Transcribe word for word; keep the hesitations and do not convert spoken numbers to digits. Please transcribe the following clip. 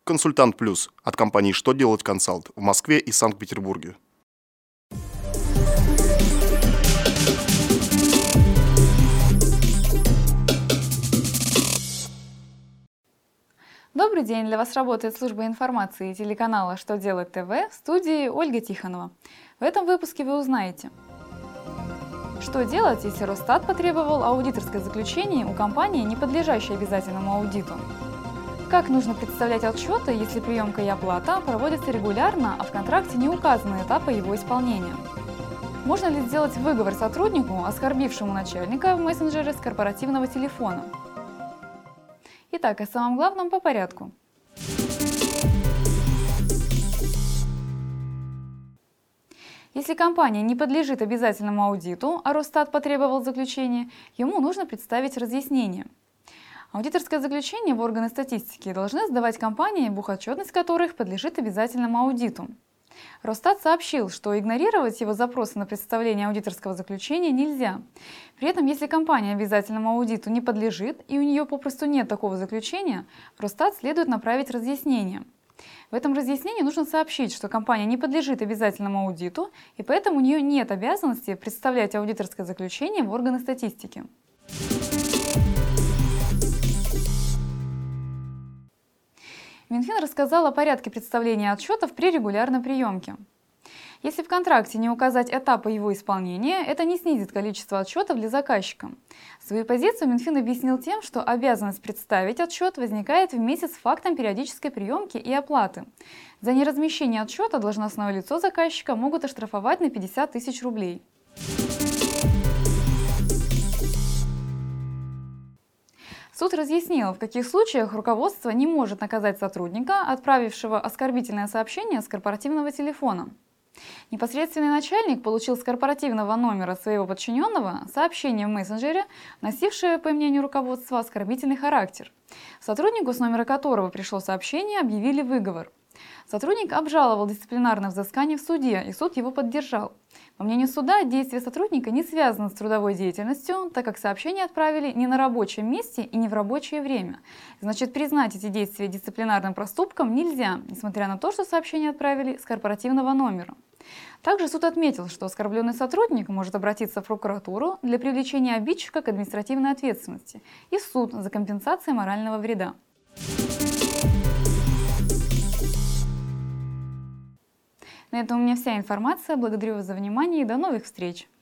Консультант Плюс от компании «Что делать консалт» в Москве и Санкт-Петербурге. Добрый день! Для вас работает служба информации телеканала «Что делать ТВ», в студии Ольга Тихонова. В этом выпуске вы узнаете, что делать, если Росстат потребовал аудиторское заключение у компании, не подлежащей обязательному аудиту. Как нужно представлять отчеты, если приемка и оплата проводятся регулярно, а в контракте не указаны этапы его исполнения. Можно ли сделать выговор сотруднику, оскорбившему начальника в мессенджере с корпоративного телефона? Итак, о самом главном по порядку. Если компания не подлежит обязательному аудиту, а Росстат потребовал заключения, ему нужно представить разъяснение. Аудиторское заключение в органы статистики должны сдавать компании, бухотчетность которых подлежит обязательному аудиту. Росстат сообщил, что игнорировать его запросы на представление аудиторского заключения нельзя. При этом, если компания обязательному аудиту не подлежит и у нее попросту нет такого заключения, в Росстат следует направить разъяснение. В этом разъяснении нужно сообщить, что компания не подлежит обязательному аудиту, и поэтому у нее нет обязанности представлять аудиторское заключение в органы статистики. Минфин рассказал о порядке представления отчетов при регулярной приемке. Если в контракте не указать этапы его исполнения, это не снизит количество отчетов для заказчика. Свою позицию Минфин объяснил тем, что обязанность представить отчет возникает вместе с фактом периодической приемки и оплаты. За неразмещение отчета должностное лицо заказчика могут оштрафовать на пятьдесят тысяч рублей. Суд разъяснил, в каких случаях руководство не может наказать сотрудника, отправившего оскорбительное сообщение с корпоративного телефона. Непосредственный начальник получил с корпоративного номера своего подчиненного сообщение в мессенджере, носившее, по мнению руководства, оскорбительный характер. Сотруднику, с номера которого пришло сообщение, объявили выговор. Сотрудник обжаловал дисциплинарное взыскание в суде, и суд его поддержал. По мнению суда, действия сотрудника не связаны с трудовой деятельностью, так как сообщение отправили не на рабочем месте и не в рабочее время. Значит, признать эти действия дисциплинарным проступком нельзя, несмотря на то, что сообщение отправили с корпоративного номера. Также суд отметил, что оскорбленный сотрудник может обратиться в прокуратуру для привлечения обидчика к административной ответственности и в суд за компенсацией морального вреда. На этом у меня вся информация. Благодарю вас за внимание и до новых встреч!